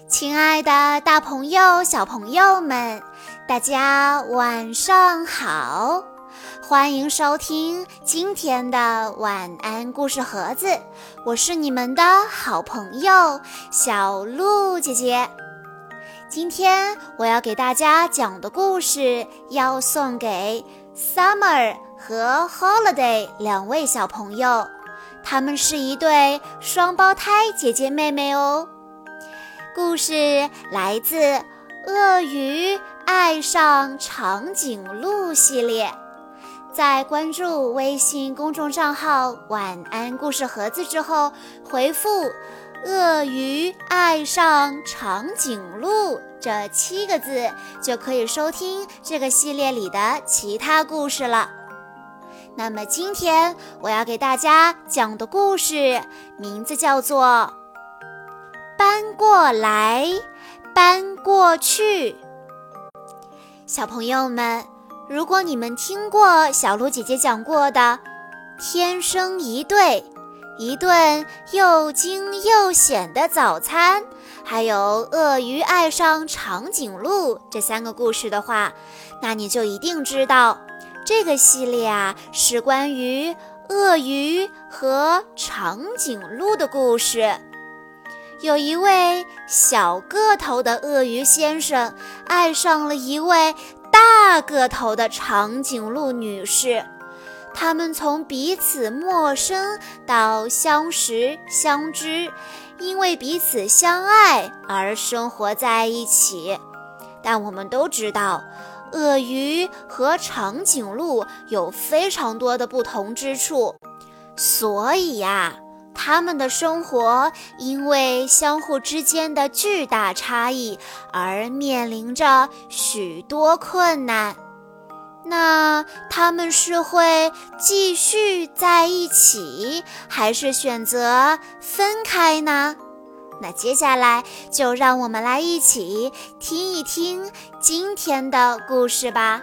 亲爱的大朋友、小朋友们，大家晚上好！欢迎收听今天的晚安故事盒子，我是你们的好朋友小鹿姐姐。今天我要给大家讲的故事要送给 Summer 和 Holiday 两位小朋友，他们是一对双胞胎姐姐妹妹哦。故事来自《鳄鱼爱上长颈鹿》系列，在关注微信公众账号晚安故事盒子之后，回复鳄鱼爱上长颈鹿这7个字，就可以收听这个系列里的其他故事了。那么今天我要给大家讲的故事名字叫做搬过来，搬过去。小朋友们，如果你们听过小鹿姐姐讲过的天生一对，一顿又惊又险的早餐，还有鳄鱼爱上长颈鹿这3个故事的话，那你就一定知道这个系列是关于鳄鱼和长颈鹿的故事。有一位小个头的鳄鱼先生爱上了一位大个头的长颈鹿女士，他们从彼此陌生到相识相知，因为彼此相爱而生活在一起。但我们都知道，鳄鱼和长颈鹿有非常多的不同之处，所以他们的生活因为相互之间的巨大差异而面临着许多困难。那他们是会继续在一起，还是选择分开呢？那接下来就让我们来一起听一听今天的故事吧。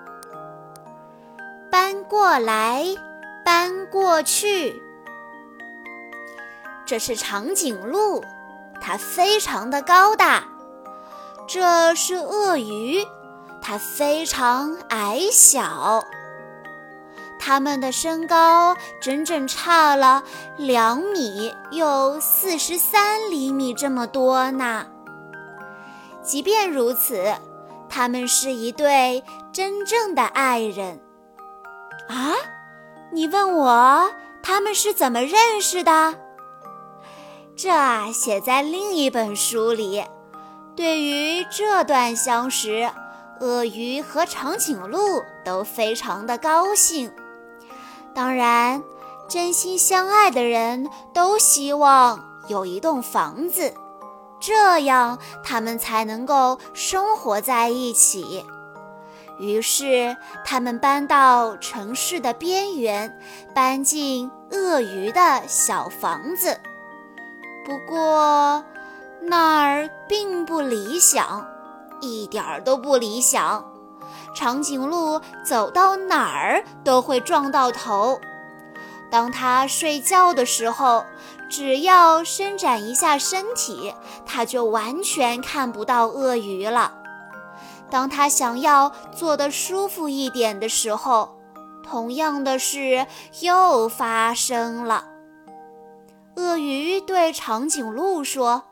搬过来，搬过去。这是长颈鹿，它非常的高大。这是鳄鱼，它非常矮小。它们的身高整整差了2米又43厘米这么多呢。即便如此，它们是一对真正的爱人。你问我他们是怎么认识的？这写在另一本书里。对于这段相识，鳄鱼和长颈鹿都非常的高兴。当然，真心相爱的人都希望有一栋房子，这样他们才能够生活在一起。于是他们搬到城市的边缘，搬进鳄鱼的小房子。不过那儿并不理想，一点儿都不理想。长颈鹿走到哪儿都会撞到头。当它睡觉的时候，只要伸展一下身体，它就完全看不到鳄鱼了。当它想要坐得舒服一点的时候，同样的事又发生了。鳄鱼对长颈鹿说：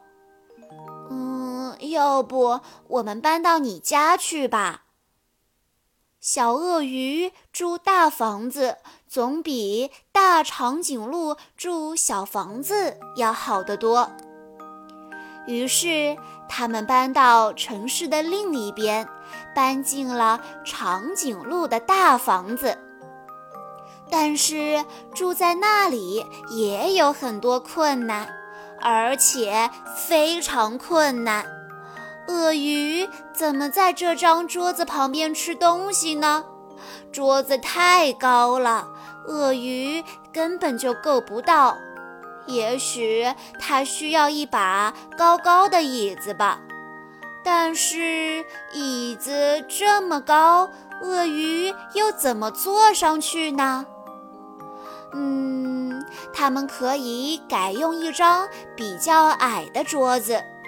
要不我们搬到你家去吧。小鳄鱼住大房子，总比大长颈鹿住小房子要好得多。于是他们搬到城市的另一边，搬进了长颈鹿的大房子。但是住在那里也有很多困难，而且非常困难。鳄鱼怎么在这张桌子旁边吃东西呢？桌子太高了，鳄鱼根本就够不到。也许它需要一把高高的椅子吧。但是椅子这么高，鳄鱼又怎么坐上去呢？他们可以改用一张比较矮的桌子，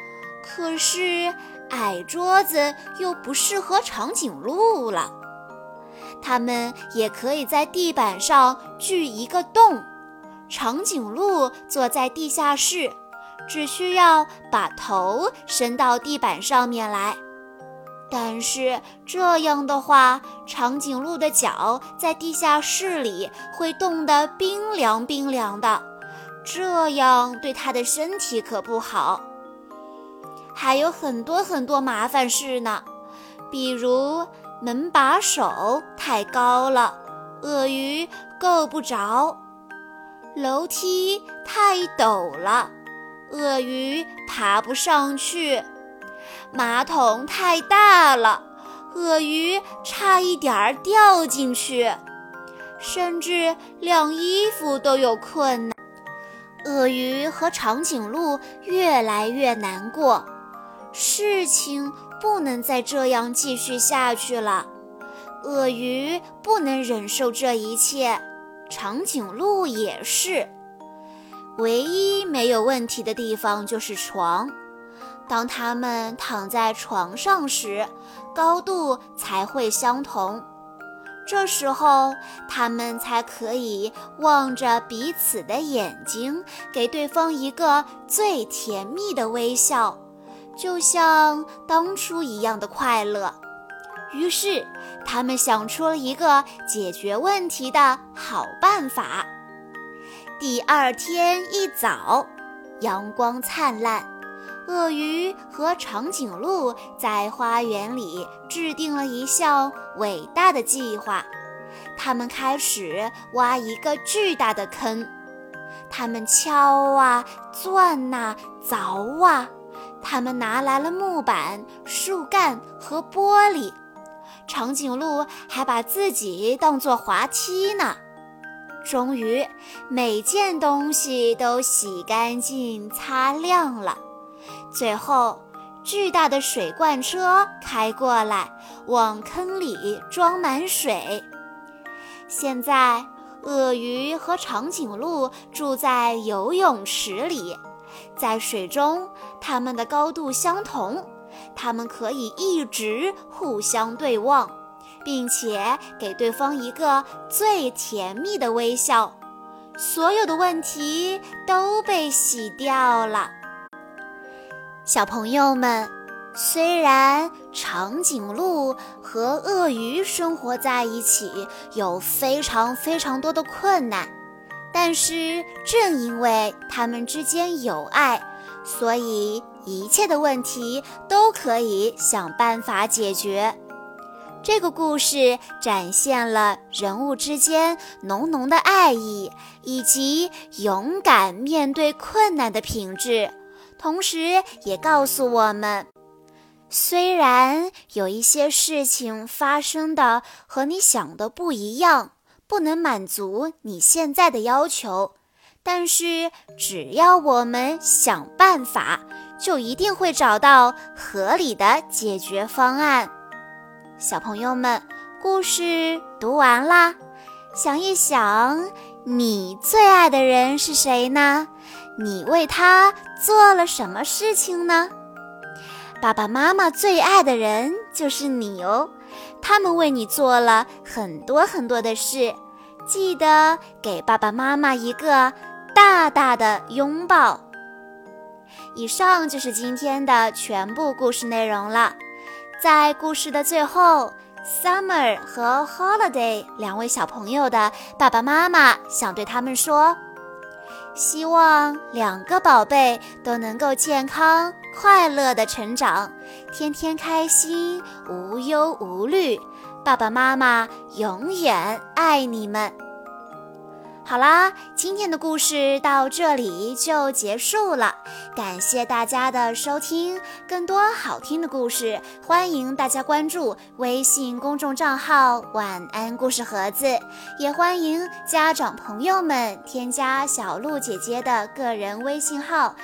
可是矮桌子又不适合长颈鹿了。它们也可以在地板上锯一个洞，长颈鹿坐在地下室，只需要把头伸到地板上面来。但是这样的话，长颈鹿的脚在地下室里会冻得冰凉冰凉的，这样对它的身体可不好。还有很多很多麻烦事呢，比如门把手太高了，鳄鱼够不着；楼梯太陡了，鳄鱼爬不上去；马桶太大了，鳄鱼差一点掉进去；甚至晾衣服都有困难。鳄鱼和长颈鹿越来越难过，事情不能再这样继续下去了。鳄鱼不能忍受这一切，长颈鹿也是。唯一没有问题的地方就是床。当它们躺在床上时，高度才会相同。这时候，它们才可以望着彼此的眼睛，给对方一个最甜蜜的微笑，就像当初一样的快乐。于是，他们想出了一个解决问题的好办法。第二天一早，阳光灿烂，鳄鱼和长颈鹿在花园里制定了一项伟大的计划。他们开始挖一个巨大的坑，他们敲啊、钻啊、凿啊，他们拿来了木板、树干和玻璃。长颈鹿还把自己当作滑梯呢。终于，每件东西都洗干净、擦亮了。最后，巨大的水罐车开过来，往坑里装满水。现在，鳄鱼和长颈鹿住在游泳池里，在水中，它们的高度相同，它们可以一直互相对望，并且给对方一个最甜蜜的微笑。所有的问题都被洗掉了。小朋友们，虽然长颈鹿和鳄鱼生活在一起有非常非常多的困难，但是正因为它们之间有爱，所以一切的问题都可以想办法解决。这个故事展现了人物之间浓浓的爱意，以及勇敢面对困难的品质，同时也告诉我们，虽然有一些事情发生的和你想的不一样，不能满足你现在的要求，但是只要我们想办法，就一定会找到合理的解决方案。小朋友们，故事读完啦，想一想，你最爱的人是谁呢？你为他做了什么事情呢？爸爸妈妈最爱的人就是你哦，他们为你做了很多很多的事，记得给爸爸妈妈一个大大的拥抱。以上就是今天的全部故事内容了。在故事的最后， Summer 和 Holiday 两位小朋友的爸爸妈妈想对他们说，希望两个宝贝都能够健康快乐地成长，天天开心，无忧无虑，爸爸妈妈永远爱你们。好啦，今天的故事到这里就结束了，感谢大家的收听。更多好听的故事，欢迎大家关注微信公众账号晚安故事盒子，也欢迎家长朋友们添加小鹿姐姐的个人微信号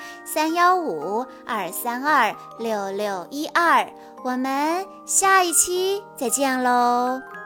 315-232-6612，我们下一期再见喽。